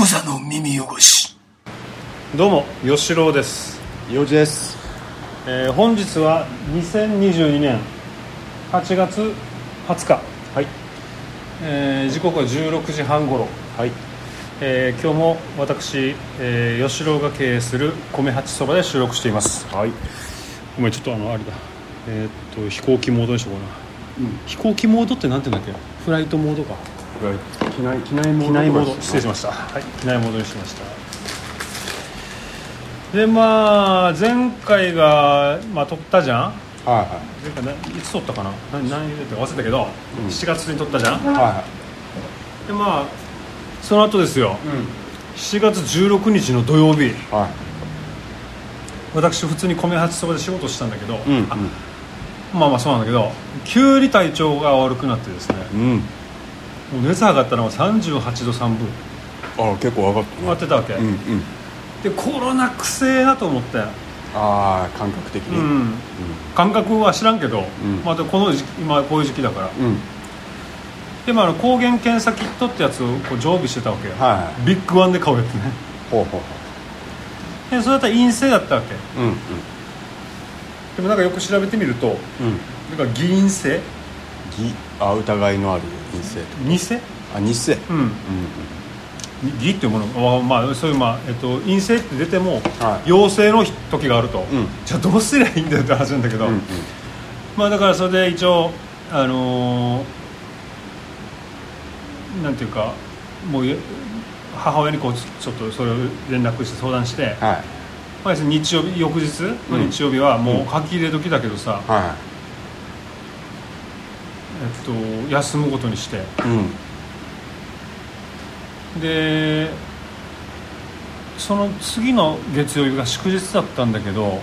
座の耳汚し。 どうも吉郎です。 ようじです。 本日は2022年8月20日、 はい、 時刻は16時半ごろ、 はい、 今日も私、吉郎が経営する米八そばで収録しています。 はい。 ごめん、ちょっとあれだ、飛行機モードにしようかな、飛行機モードってなんて言うんだっけ。フライトモードか。 機内モード、 失礼しました。はい、機内モードにしました。でまあ前回が撮ったじゃん。 はいはい。 前回いつ撮ったかな、何言ってか忘れたけど、7月に撮ったじゃん。 はいはい。 でその後ですよ、7月16日の土曜日、 はい、 私普通に米八そばで仕事したんだけど、まあそうなんだけど、急に体調が悪くなってですね、もう熱上がったのは38度3分。 結構上がってたわけ、でコロナくせえなと思って、 感覚的に、 感覚は知らんけど、この時期、今こういう時期だから、で抗原検査キットってやつをこう常備してたわけよ、ビッグワンで買うやつね。でそれだったら陰性だったわけ、でもなんかよく調べてみると、なんか偽陰性、 疑いのある陰性と偽偽っていうものは、そういう陰性って出ても、陽性の時があると、じゃあどうすりゃいいんだよって話なんだけど、だからそれで一応なんていうか、もう母親にこうちょっとそれを連絡して相談して、日曜日、翌日の日曜日はもう書き入れ時だけどさ、休むことにして、でその次の月曜日が祝日だったんだけど、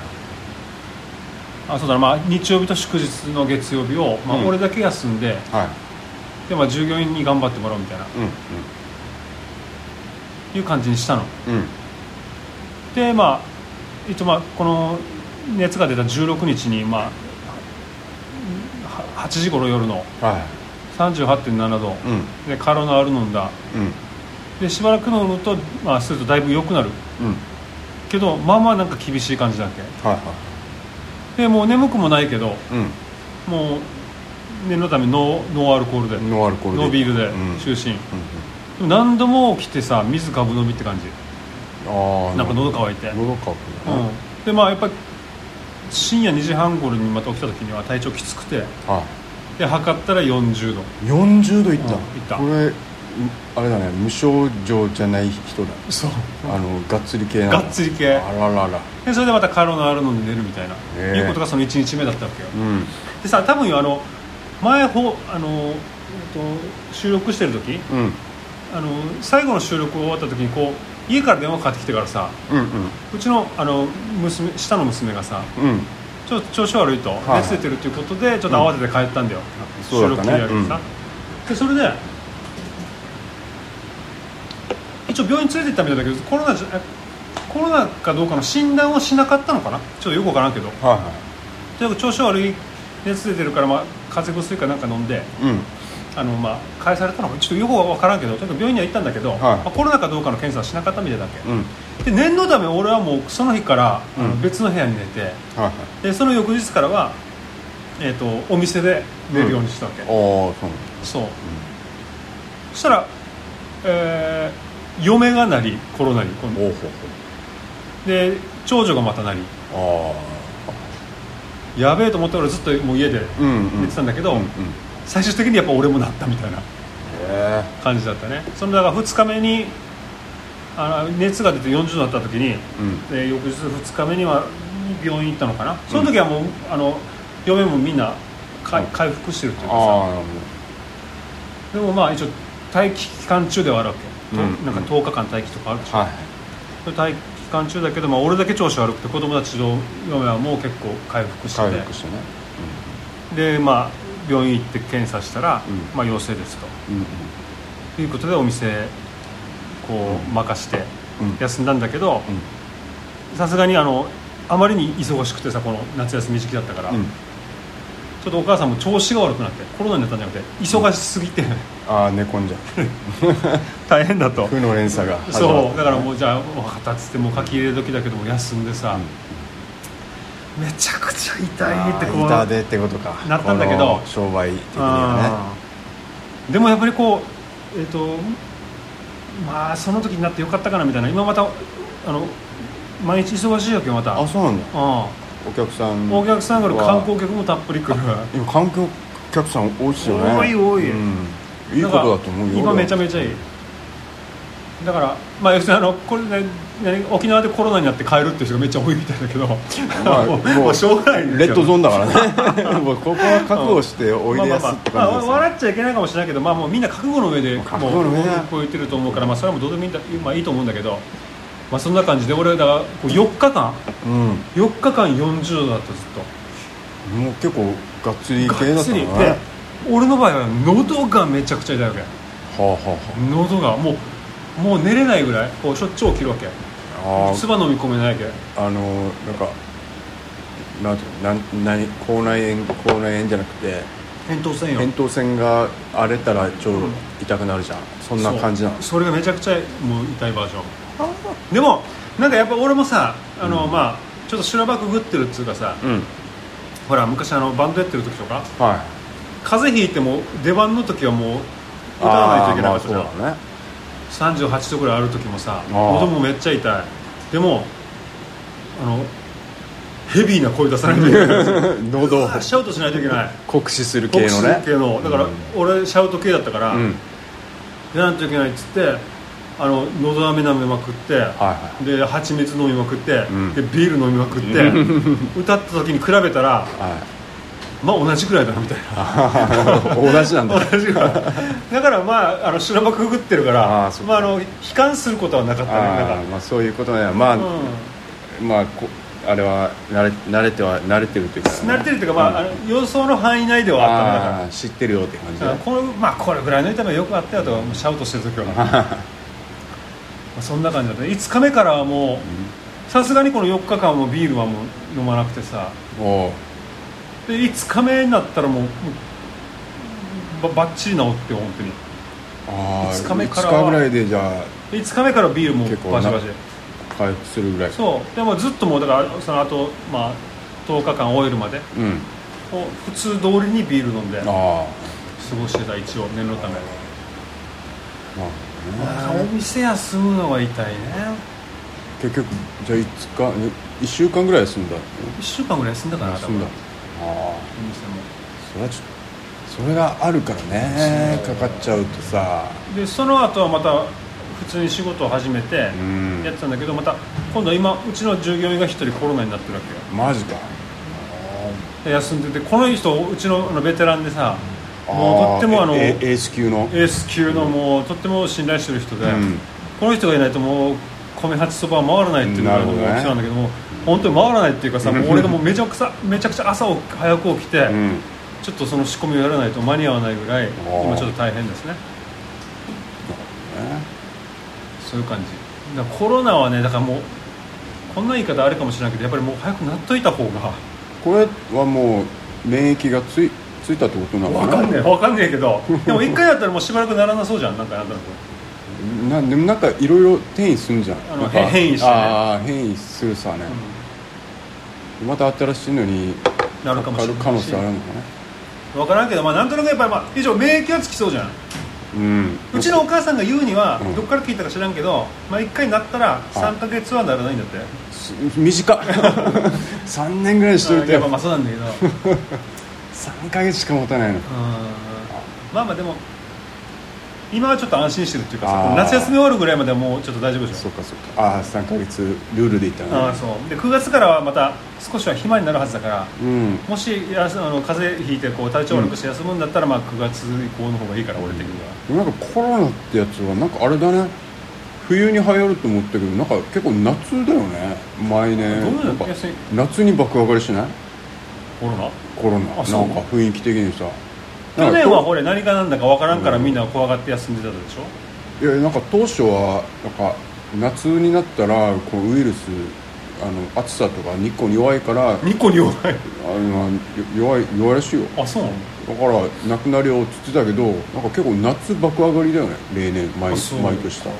そうだな、日曜日と祝日の月曜日を、俺だけ休んで、で従業員に頑張ってもらうみたいな、いう感じにしたの、で一応この熱が出た16日に8時頃夜の、38.7 度、でカロナール飲んだ、でしばらく飲むと、するとだいぶ良くなる、けどなんか厳しい感じだっけ、でもう眠くもないけど、もう念のためノーアルコールで、ノービールで就寝、何度も起きてさ、水かぶ飲みって感じ、なんか喉乾いて、でやっぱり深夜2時半頃にまた起きた時には体調きつくて、で測ったら40度いった、これあれだね、無症状じゃない人だ。 そう、 がっつり系な。 がっつり系。 あららら。 でそれでまたカロナール飲んで寝るみたいな、いうことがその1日目だったわけよ、でさ、多分前収録してる時、最後の収録終わった時にこう家から電話かかってきてからさ、うちの下の娘がさ、ちょっと調子悪いと、熱出てるということでちょっと慌てて帰ったんだよ、収録切り上げてさ、でそれで一応病院連れて行ったみたいだけど、コロナかどうかの診断をしなかったのかな、ちょっとよくわからんけど、とにかく調子悪い、熱出てるから、風邪薬かなんか飲んで、返されたのかちょっとよくわからんけど、とにかく病院には行ったんだけど、コロナかどうかの検査はしなかったみたいだけ、で念のため俺はもうその日から、別の部屋に寝て、でその翌日からは、お店で寝るようにしたわけ、そう、そしたら、嫁がなりコロナに今度で、長女がまたなり、やべえと思って俺ずっともう家で寝てたんだけど、最終的にやっぱ俺もなったみたいな感じだったね。そのだから2日目に熱が出て40度になった時に、で翌日2日目には病院行ったのかな、その時はもう嫁もみんな回復してるっていうかさ、でも一応待機期間中ではあるわけ、なんか10日間待機とかあるでしょ、待機期間中だけど、俺だけ調子悪くて、子供たちの嫁はもう結構回復して、で病院行って検査したら、陽性ですと、いうことでお店こう任して休んだんだけど、さすがにあまりに忙しくてさ、この夏休み時期だったから、ちょっとお母さんも調子が悪くなって、コロナになったんじゃなくて忙しすぎて、 寝込んじゃう大変だと負の連鎖が始まる。 そうだからもうじゃあ分かったっつってもう書き入れ時だけども休んでさ、めちゃくちゃ痛いってこう痛でってことかなったんだけど、 商売的にはね。でもやっぱりこうまあその時になってよかったかなみたいな。今また毎日忙しいわけよまた。 あ、そうなんだ。お客さんが観光客もたっぷり来る。 今観光客さん多いっすよね。 多い、 いいことだと思うよ。 今めちゃめちゃいい。だからまあ要するにこれね、沖縄でコロナになって帰るっていう人がめっちゃ多いみたいだけど、もうしょうがないんですよ。 レッドゾーンだからね。もうここは覚悟しておいでやすって感じです。 笑っちゃいけないかもしれないけど、もうみんな覚悟の上でもうこう言ってると思うから、それはもうどうでもいいと思うんだけど、そんな感じで俺だから4日間40度だったずっと。 もう結構がっつり系だったね。 で俺の場合は喉がめちゃくちゃ痛いわけ。喉がもう寝れないぐらいこうしょっちゅう起きるわけ。唾飲み込めないわけ。口内炎じゃなくて扁桃腺が荒れたら超痛くなるじゃん。そんな感じなの。 それがめちゃくちゃもう痛いバージョン。でもなんかやっぱ俺もさちょっと修羅場くぐってるっつうかさ、ほら昔バンドやってる時とか、風邪ひいても出番の時はもう歌わないといけなかったじゃん。38度ぐらいある時もさ喉もめっちゃ痛い。でもヘビーな声出さないといけない喉をシャウトしないといけない。 酷使する系のね。 だから俺シャウト系だったから、やらないといけないっつって喉飴舐めまくって、で蜂蜜飲みまくって、でビール飲みまくって歌った時に比べたら、同じくらいだなみたいな。 同じなんだ。 同じぐらいだから修羅場くぐってるから悲観することはなかったね。 そういうことね。あれは慣れてるというか、 慣れてるというか、予想の範囲内ではあったんだから、 知ってるよって感じで、 これぐらいの痛みはよくあったよとシャウトしてる時はそんな感じだった。5日目からはもうさすがにこの4日間もビールはもう飲まなくてさ、で5日目になったらもうバッチリ治って本当に。5日目から 5日ぐらいでじゃあ 5日目からビールもバシバシ回復するぐらい。 そうでもずっともうだからその後10日間終えるまで、普通通りにビール飲んで過ごしてた。一応念のため。お店休むのが痛いね。 結局じゃあ1週間ぐらい休んだ。 1週間ぐらい休んだかな。 休んだ。それがあるからね、かかっちゃうとさ。 でその後はまた普通に仕事を始めてやってたんだけど、また今度は今うちの従業員が1人コロナになってるわけよ。 マジか。 で休んでて、この人うちのベテランでさ、もうとってもエース級のもうとっても信頼してる人で、この人がいないともう米八そばは回らないっていうのが人なんだけども、本当に回らないっていうかさ、もう俺がもうめちゃくちゃ朝早く起きて、ちょっとその仕込みをやらないと間に合わないぐらい今ちょっと大変ですね。そういう感じだから。コロナはね、だからもうこんな言い方あれかもしれないけど、やっぱりもう早くなっといた方が。 これはもう免疫がついたってことなのかな。 分かんねえけどでも1回やったらもうしばらくならなそうじゃん。なんとなくでもなんかいろいろ転移するんじゃん。 変異してね。 変異するさね、また新しいのになるかもしれない。 可能性あるのかね。 分からんけど、なんとなくやっぱり以上免疫はつきそうじゃん。うちのお母さんが言うには、どっから聞いたか知らんけど、1回なったら3ヶ月はならないんだって。 短っ3年ぐらいしといて。 そうなんだけど 3ヶ月しか持たないの。 でも今はちょっと安心してるっていうかさ、夏休み終わるぐらいまではもうちょっと大丈夫でしょ。 そうか3ヶ月ルールでいったね。 そうで9月からはまた少しは暇になるはずだから、もし風邪ひいて体調悪くして休むんだったら、9月以降の方がいいから、俺的には。 なんかコロナってやつはなんかあれだね、冬に流行ると思ったけど、なんか結構夏だよね。毎年夏に爆上がりしない？コロナなんか雰囲気的にさ。 去年は何かなんだかわからんから、みんな怖がって休んでたでしょ。 いや、なんか当初はなんか夏になったらウイルス暑さとか日光に弱いから、 日光に弱い弱いらしいよ。 あ、そうなの。 だからなくなるよって言ってたけど、なんか結構夏爆上がりだよね、例年毎年さ。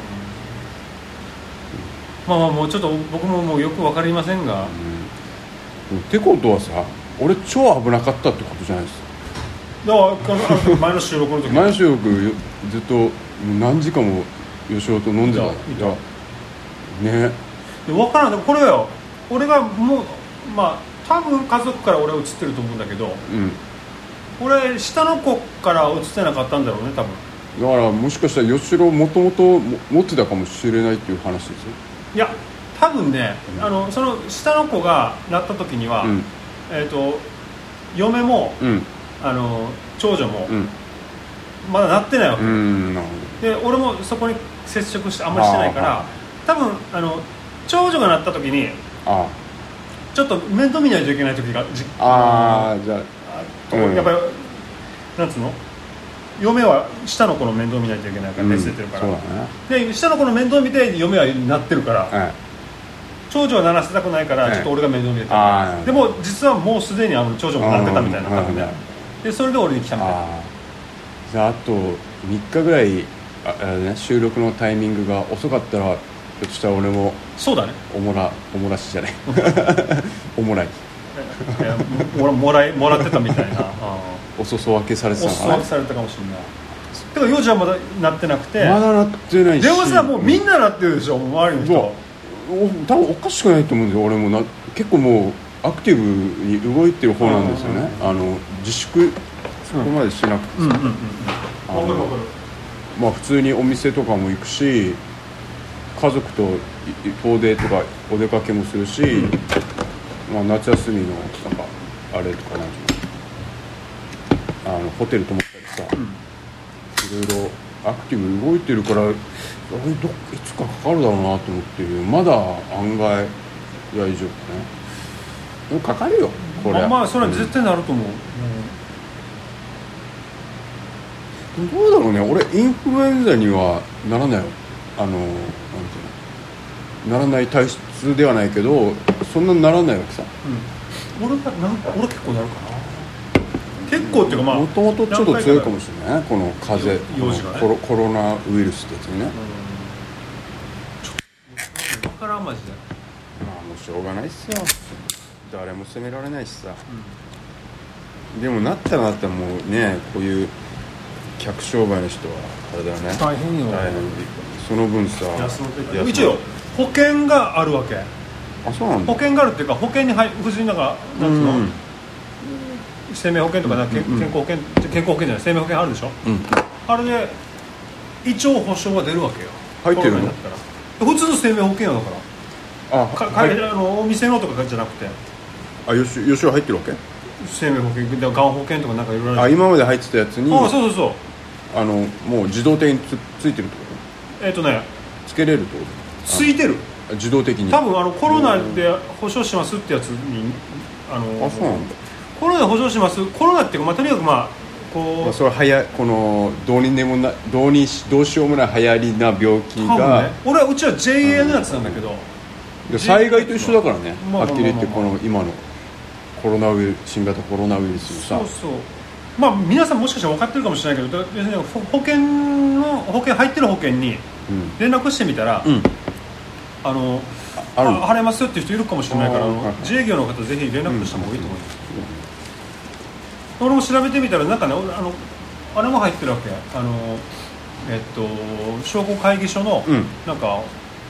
まあもうちょっと僕ももうよく分かりませんが、 ってことはさ、俺超危なかったってことじゃないですか。 だから前の収録の時前の収録ずっと何時間も吉尾と飲んでた。ね。 分からん。でもこれよ、俺がもうまあ多分家族から俺は映ってると思うんだけど、俺下の子から映ってなかったんだろうね、多分。 だからもしかしたら吉郎もともと持ってたかもしれないっていう話ですよ。 いや多分ね、その下の子がなった時には、嫁も、長女も、まだなってないわけ、で俺もそこに接触してあんまりしてないから、多分長女がなった時にちょっと面倒見ないといけない時がじゃあやっぱりなんつうの、嫁は下の子の面倒見ないといけないから手伝ってるから、で下の子の面倒見て嫁はなってるから、長女はならせたくないからちょっと俺が面倒見てた、でも実はもうすでに長女もなってたみたいな感じで、それで俺に来たみたいな。 じゃああと3日ぐらい収録のタイミングが遅かったら、ひょっとしたら俺もそうだね、 おもらしじゃないおもらいもらってたみたいなお裾分けされてたのかな。 お裾分けされたかもしれない。だから幼児はまだなってなくて、 まだなってないし、 でもさもうみんななってるでしょ、周りの人。 多分おかしくないと思うんですよ。俺も結構もうアクティブに動いてる方なんですよね。自粛そこまでしなくてさ、まあ普通にお店とかも行くし、家族と遠出とかお出かけもするし、まあ、夏休みのなんかあれとかなんホテル泊まったりさ、いろいろアクティブ動いてるから、いつかかかるだろうなと思ってる。まだ案外大丈夫ね。でもかかるよこれ。 まあそれは絶対なると思う。 どうだろうね。俺インフルエンザにはならないよ。なんていうの、ならない体質ではないけど、そんなにならないわけさ。 俺結構なるかな。結構っていうか、まあもともとちょっと強いかもしれない、この風邪、コロナウイルスってやつにね。 分からんマジで。 まあもうしょうがないっすよ。誰も責められないしさ、でもなったらもうね、こういう客商売の人はあれだよね、 大変よ。 その分さ、 一応保険があるわけ。 あ、そうなんだ。 保険があるっていうか、保険に普通になんかなんつうの、生命保険とか健康保険じゃない、生命保険あるでしょ、あれで一応保証が出るわけよ。 入ってるの？ 普通の生命保険やだから。お店のとかじゃなくて。 吉尾入ってるわけ？ 生命保険、がん保険とかなんかいろいろ。 今まで入ってたやつに。 そうもう自動的についてるってこと？つけれるってこと？ ついてる。 自動的に。 多分コロナで保証しますってやつにそうなんだ。 コロナで保証します。コロナっていうか、とにかくこう、 それこのどうしようもない流行りな病気が、 うちは JA のやつなんだけど、 災害と一緒だからね、はっきり言って。この今の新型コロナウイルスのさ、 まあ皆さんもしかしたら分かってるかもしれないけど、別に保険入ってる保険に連絡してみたら、払いますよっていう人いるかもしれないから、自営業の方ぜひ連絡した方がいいと思います。俺も調べてみたら、なんかね、あれも入ってるわけ。商工会議所のなんか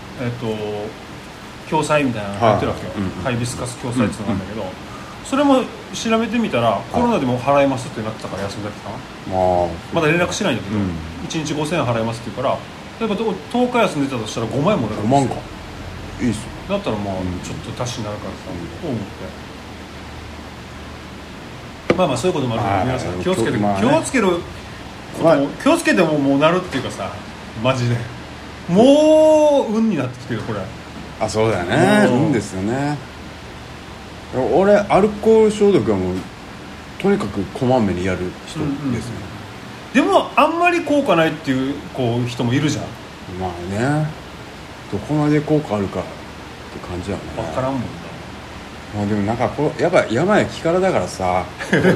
共済みたいなのが入ってるわけよ。ハイビスカス共済っていうのがあるんだけど、それも調べてみたらコロナでも払いますってなってたから休んだけかな。まだ連絡しないんだけど、1日5000円払いますって言うから、例えば10日休んでたとしたら5万円もらえるんですよ。 5万か、いいっすよ。 だったらちょっと足しになるからさ、と思って。まあそういうこともあるから、皆さん気をつけて、気をつけてもうなるっていうかさ、マジでもう運になってきてるこれ。 そうだよね、運ですよね。俺アルコール消毒はもうとにかくこまめにやる人ですね。 でもあんまり効果ないっていう人もいるじゃん。 まあね、どこまで効果あるか感じだね。 分からんもんな。 まあでもなんかやっぱ山や木からだからさこれ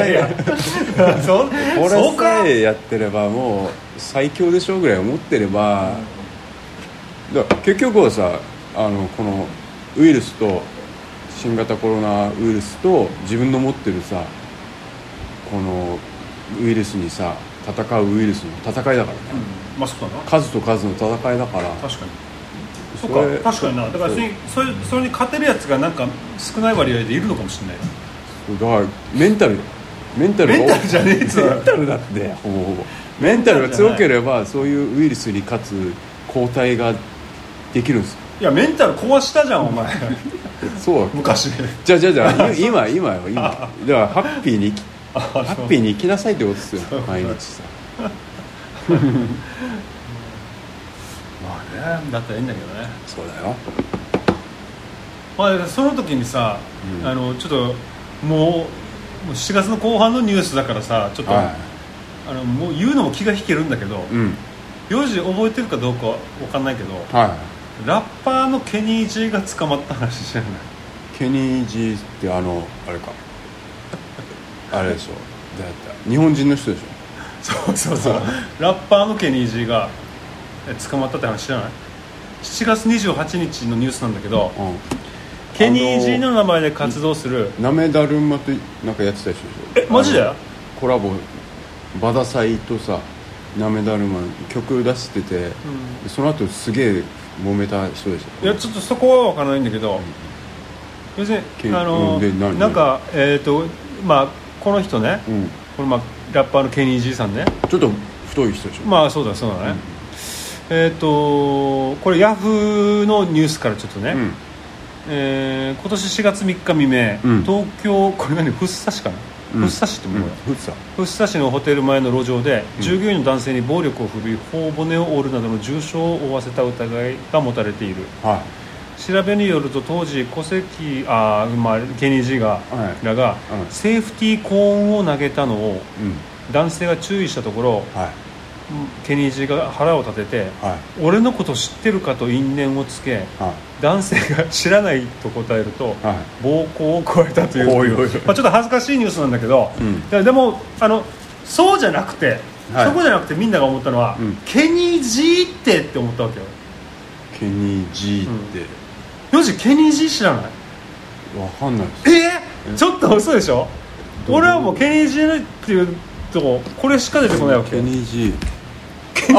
さえやってればもう最強でしょぐらい思ってれば、だから結局はさこのウイルスと新型コロナウイルスと自分の持ってるさこのウイルスにさ戦うウイルスの戦いだからね、 まあそうだな、 数と数の戦いだから。 確かにそうか、確かにな。だからそれに勝てるやつがなんか少ない割合でいるのかもしれない。 だからメンタルじゃねえっつうの。 メンタルだってほぼメンタルが強ければそういうウイルスに勝つ抗体ができるんですよ。 いやメンタル壊したじゃんお前そう昔。 じゃあ今だからハッピーに生きなさいってことですよ毎日さまあね、だったらいいんだけどね。 そうだよ。 まあその時にさ、ちょっともう7月の後半のニュースだからさちょっと、もう言うのも気が引けるんだけど、4時覚えてるかどうかわかんないけど、ラッパーのケニー・ジーが捕まった話知らない？ ケニー・ジーってあれかあれでしょ、日本人の人でしょ。そうラッパーのケニー・ジーが捕まったって話知らない？7月28日のニュースなんだけど、ケニー・ジーの名前で活動するなめだるまとなんかやってたでしょ。 マジで？ コラボバダサイとさなめだるま曲出してて、その後すげえ揉めた人でしょ。 いやちょっとそこは分からないんだけど、要するになんかまあこの人ね、このラッパーのケニー・ジーさんね、 ちょっと太い人でしょ。 まあそうだね、これヤフーのニュースからちょっとね、今年4月3日未明、東京これ何福生市かな、福生市ってもの、福生市のホテル前の路上で、従業員の男性に暴力を振るい頬骨を折るなどの重傷を負わせた疑いが持たれている、調べによると当時ケニー・ジーらがセーフティーコーンを投げたのを男性が注意したところ、ケニー・ジーが腹を立てて、俺のこと知ってるかと因縁をつけ、男性が知らないと答えると、暴行を加えたという、ちょっと恥ずかしいニュースなんだけど、でもそうじゃなくて、そこじゃなくてみんなが思ったのは、ケニー・ジーって思ったわけよ。 ケニー・ジーって、 よしケニー・ジー知らない？ わかんないです。 ちょっと嘘でしょ。俺はもうケニー・ジーっていうとここれしか出てこないわけ。 ケニー・ジーサ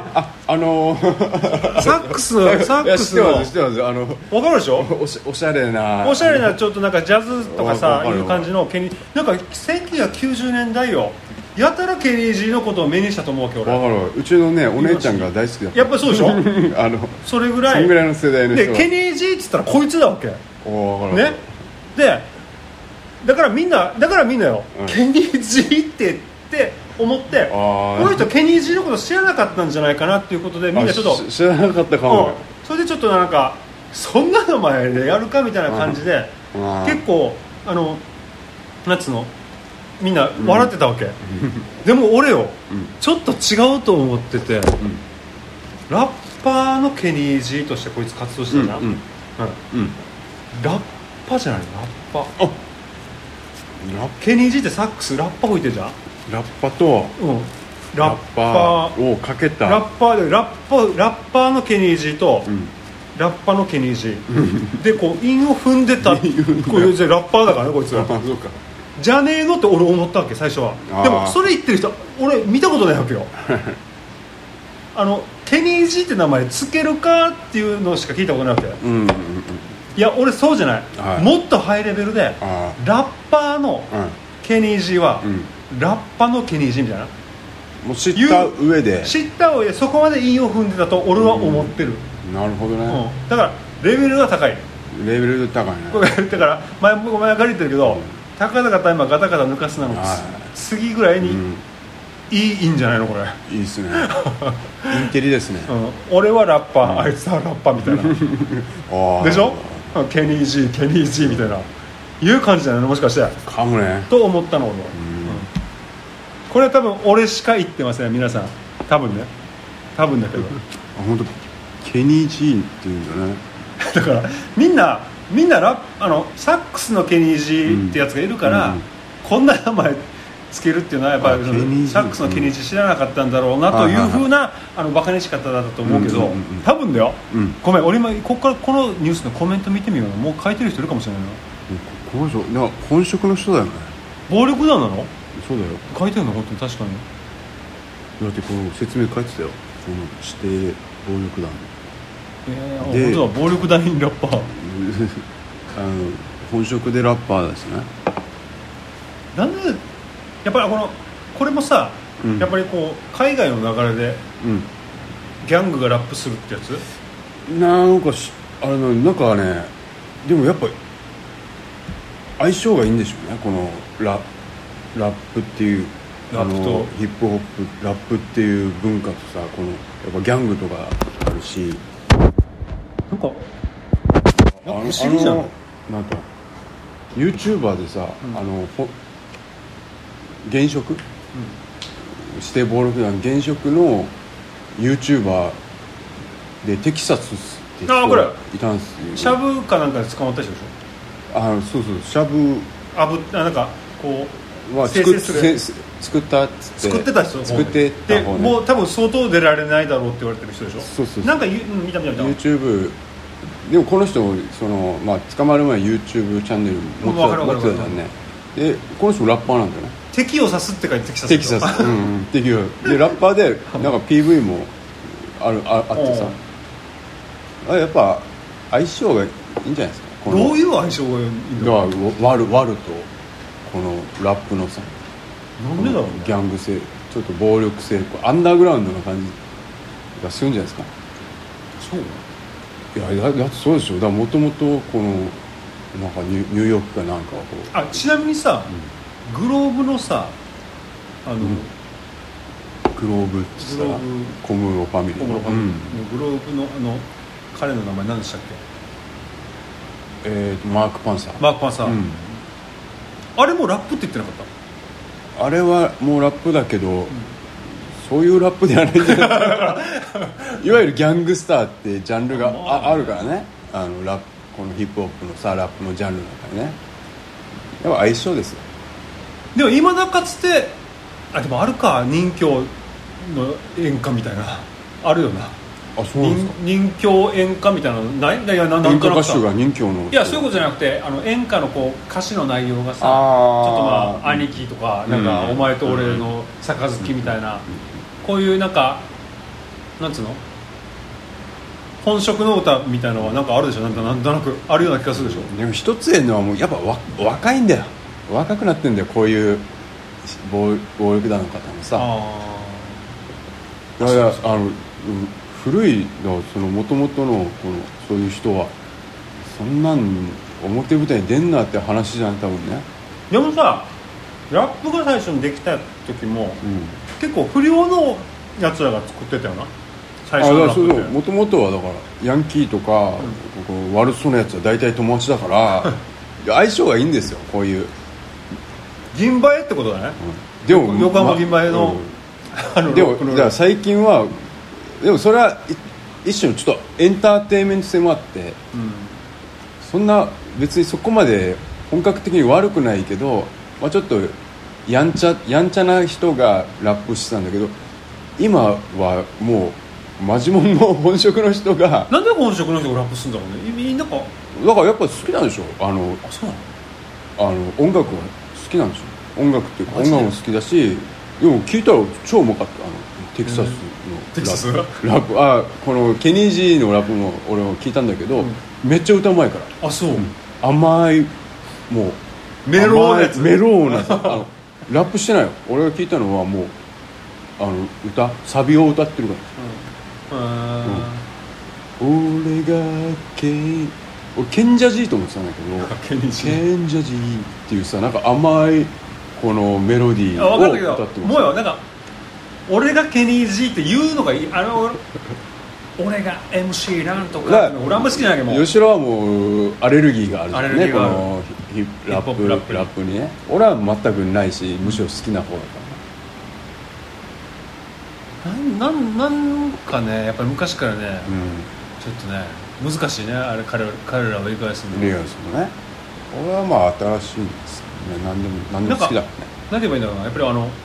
ックスの知ってます分かるでしょ。 おしゃれなちょっとなんかジャズとかさいう感じのケニー、なんか1990年代よ、やたらケニー・ジーのことを目にしたと思うわけ俺。 分かる。うちのねお姉ちゃんが大好きだった。 やっぱそうでしょそれぐらいの世代の人でケニー・ジーって言ったらこいつだわけね。でだからみんなよ、ケニー・ジーって思って、この人ケニー・ジーのこと知らなかったんじゃないかなっていうことでみんなちょっと知らなかったかも、 それでちょっとなんかそんなの前でやるかみたいな感じで、結構なんつうのみんな笑ってたわけ、でも俺よ、ちょっと違うと思ってて、ラッパーのケニー・ジーとしてこいつ活動してたじゃん、ラッパじゃない、ラッパケニー・ジーってサックスラッパ吹いてるじゃん。 ラッパと、ラッパーをかけたラッパーのケニー・ジーと、ラッパのケニー・ジーでこう韻を踏んでたこういうラッパーだからねこいつはそうかじゃねえのって俺思ったわけ最初は。でもそれ言ってる人俺見たことないわけよケニー・ジーって名前つけるかっていうのしか聞いたことないわけ、いや俺そうじゃない、もっとハイレベルでラッパーのケニー・ジーは、ラッパのケニー・ジーみたいなもう知った上でそこまで韻を踏んでたと俺は思ってる、 なるほどね、 だからレベルが高いね。 だから前から言ってるけど、たかだかタイマーガタガタ抜かすなの次ぐらいに、いいんじゃないのこれ。 いいですねインテリですね、 俺はラッパー、あいつはラッパーみたいなでしょ、ケニー・ジーみたいないう感じじゃないのもしかしてかもねと思ったの俺は、これは多分俺しか言ってません皆さん多分だけど本当ケニー・ジーっていうんだねだからみんなサックスのケニージーってやつがいるから、こんな名前つけるっていうのはやっぱりサックスのケニージー知らなかったんだろうなというふうなバカにし方だったと思うけど、多分だよ、ごめん、俺今ここからこのニュースのコメント見てみよう。もう書いてる人いるかもしれないな。 この人なんか本職の人だよね。 暴力団なの？ そうだよ。 書いてるの本当に確かに。 だってこの説明書いてたよ。この指定暴力団。 本当は暴力団員ラッパー本職でラッパーですね。 なんでやっぱりこれもさ、やっぱりこう海外の流れで、ギャングがラップするってやつなんかなんかね、でもやっぱ相性がいいんでしょうね。このラップっていうラップとヒップホップラップっていう文化とさ、このやっぱギャングとかあるし、 なんか不思議じゃん。 なんか YouTuber でさ、現職、指定暴力団現職の YouTuber でテキサスって人がいたんですよ。 シャブかなんかで捕まった人でしょ。 そうそう、シャブなんかこう作ったっつって作ってた人でもう多分相当出られないだろうって言われてる人でしょ。 そうなんか見た YouTube でもこの人捕まる前 YouTube チャンネル持ってたんだよね。でこの人ラッパーなんだよね。 敵を刺すって書いてテキサス敵をでラッパーでなんか PV もあってさ、やっぱ相性がいいんじゃないですか。 どういう相性がいいんだろう。 ワルとこのラップのさ、 なんでだろうね。 ギャング性、ちょっと暴力性、アンダーグラウンドな感じがするんじゃないですか。 そう？ いやだってそうでしょ。だからもともとこのなんかニューヨークかなんかこうちなみにさ、グローブのさグローブってさ、小室ファミリーのグローブの彼の名前何でしたっけ？マーク・パンサー、 あれもラップって言ってなかった？ あれはもうラップだけど、そういうラップではないんじゃないいわゆるギャングスターってジャンルがあるからね。このヒップホップのさラップのジャンルの中にね、やっぱ相性ですよ。 でも今だかつてでもあるか、任侠の演歌みたいなあるよな。 そうなんですか。 任侠演歌みたいなのない？演歌歌手が任侠の。 いやそういうことじゃなくて演歌のこう歌詞の内容がさ、ちょっと兄貴とかなんかお前と俺の杯みたいな、こういうなんかなんつうの本職の歌みたいなのはなんかあるでしょ。なんとなくあるような気がするでしょ。 でも一つ言えるのはもうやっぱ若いんだよ。若くなってんだよ、こういう暴力団の方もさ。いや古いの元々のそういう人はそんなん表舞台に出んなって話じゃん多分ね。 でもさラップが最初にできた時も、結構不良のやつらが作ってたよな最初のラップって。 もともとはだからヤンキーとか、悪そうなやつは大体友達だから相性がいいんですよ、こういう銀馬絵ってことだね。 でも横浜銀馬絵の、 でもだから最近はでもそれは一種のちょっとエンターテインメント性もあって、そんな別にそこまで本格的に悪くないけど、ちょっとやんちゃな人がラップしてたんだけど、今はもうマジモンの本職の人が。 なんで本職の人がラップするんだろうね。みんなかだからやっぱ好きなんでしょ。 そうなの？ 音楽は好きなんでしょ。音楽っていうか音楽も好きだし、でも聞いたら超うまかった。テキサスのラップ、このケニー・ジーのラップも俺は聞いたんだけど、めっちゃ歌うまいから。 そう、 甘いもうメローなやつ、 メローなやつラップしてないよ。俺が聞いたのはもうサビを歌ってるから。俺が俺ケンジャジーと思ってたんだけどケンジャジーっていうさ、なんか甘いこのメロディーを歌ってます。 もうよ、なんか俺がケニー・ジーって言うのがいい。俺が MC なんとか俺あんま好きじゃないけど、 吉田はもうアレルギーがあるんだね、このラップにね。俺は全くないし、むしろ好きな方だから。 なんかね、やっぱり昔からね、 ちょっとね難しいねあれ彼らを理解するのね。俺はまあ新しいんですね。何でも好きだもんね。 何て言えばいいんだろうな、やっぱり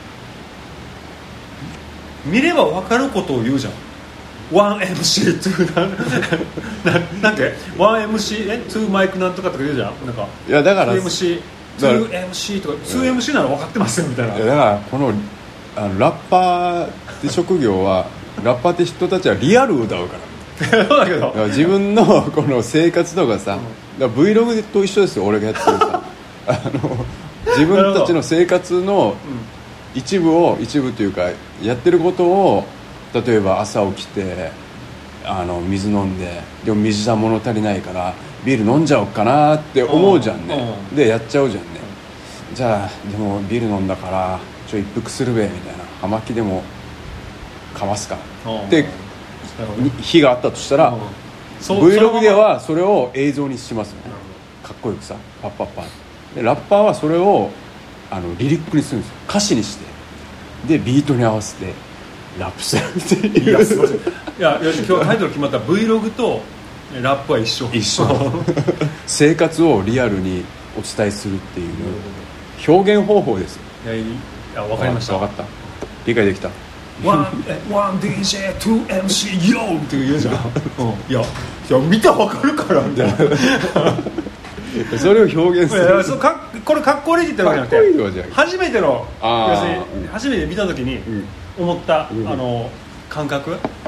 見れば分かることを言うじゃん。1MC2 なんて 1MC2 マイクなんとかとか言うじゃん。なんかいやだから 2MC とか 2MC なら分かってますよみたいな。 いやだからこのラッパーって職業はラッパーって人たちはリアルを歌うからそうだけど自分のこの生活とかさ、だから Vlog と一緒ですよ。俺がやってるさ自分たちの生活の一部というかやってることを、例えば朝起きて水飲んで、でも水じゃ物足りないからビール飲んじゃおうかなって思うじゃんね。でやっちゃうじゃんね。じゃあでもビール飲んだから一服するべみたいな、葉巻でもかますかって日があったとしたら、Vlog ではそれを映像にしますよね。かっこよくさ、パッパッパで、ラッパーはそれをリリックにするんですよ。歌詞にして、でビートに合わせてラップするっていう。いやすごい。いや今日タイトル決まった。 Vlog とラップは一緒生活をリアルにお伝えするっていう表現方法ですよ。 いや分かりました。 分かった。理解できた。 1DJ 2MC YO って言うじゃんいや見たら分かるからみたいなそれを表現する。 これかっこいいって言ってるわけじゃなくて、初めての要するに初めて見た時に思った感覚、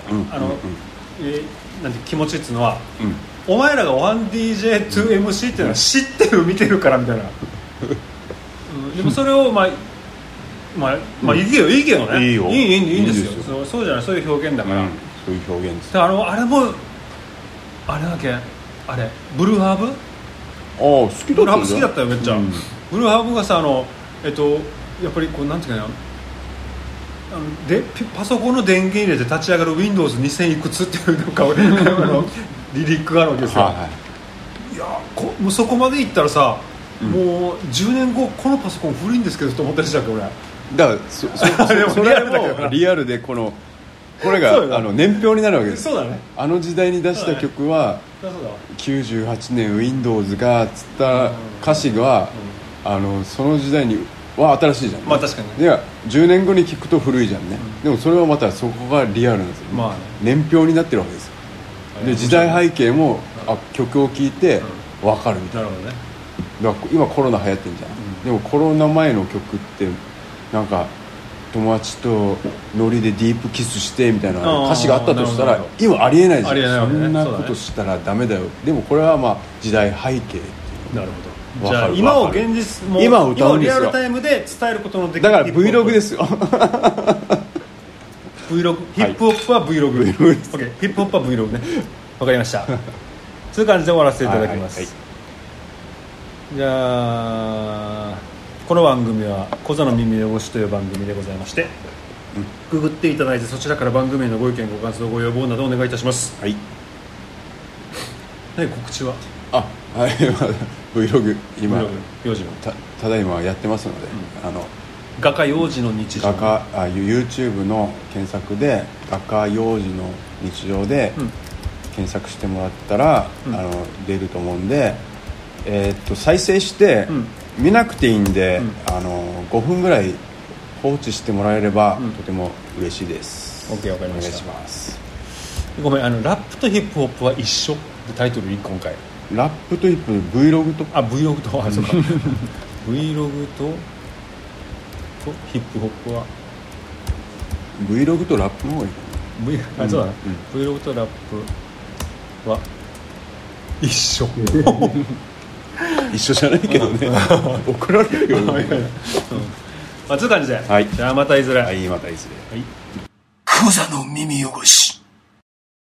なんて気持ちっていうのは、お前らが 1DJ2MC っていうのは知ってる見てるからみたいなでもそれをまあいいけどね。いいんですよ。そうじゃない、そういう表現だから、 そういう表現です。 あれもあれだっけ、ブルーハーブ好きだった。 ブルーハーブ好きだったよめっちゃ、ブルーハーブがさやっぱりこうなんていうかな、パソコンの電源入れて立ち上がる Windows2000 いくつっていうなんかリリックがあるわけですよ。いやもうそこまでいったらさ、もう10年後このパソコン古いんですけどと思ったりしたっけ俺。 だからそれもリアルでこれが年表になるわけです。 そうだね。 時代に出した曲は98年 Windows がつった歌詞がその時代には新しいじゃん、ね。 まあ確かに、ね。 で10年後に聞くと古いじゃんね。でもそれはまたそこがリアルなんですよ、ね。年表になってるわけですよ。で時代背景も曲を聴いて分かるみたいな。 なるほどね。 だから今コロナ流行ってんじゃん、でもコロナ前の曲ってなんか友達とノリでディープキスしてみたいな歌詞があったとしたら今ありえないじゃん、そんなことしたらダメだよ。でもこれはまあ時代背景っていう。 なるほど。じゃあ今を現実も今を歌うんですよ。 今をリアルタイムで伝えることのできる。 だから Vlog ですよ Vlog、ヒップホップは Vlog、OK、ヒップホップは Vlog ね。わかりましたそういう感じで終わらせていただきます。じゃあこの番組は小座の耳汚しという番組でございまして、ググっていただいてそちらから番組へのご意見ご感想ご要望などお願いいたします。 はい。 告知ははいVlog 今幼児のただいまやってますので、 画家幼児の日常、 YouTube の検索で画家幼児の日常で検索してもらったら、出ると思うんで、再生して、見なくていいんで、5分ぐらい放置してもらえれば、とても嬉しいです。 OK、 わかりました。 お願いします。 ごめん、ラップとヒップホップは一緒でタイトルに今回ラップとヒップ Vlog と Vlog とそうかVlog とヒップホップは Vlog とラップの方がいいかな。 そうだね、Vlog とラップは一緒一緒じゃないけどね怒られるよねそういう感じで、じゃあまたいずれ。 はい、またいずれ。 小座の耳汚し。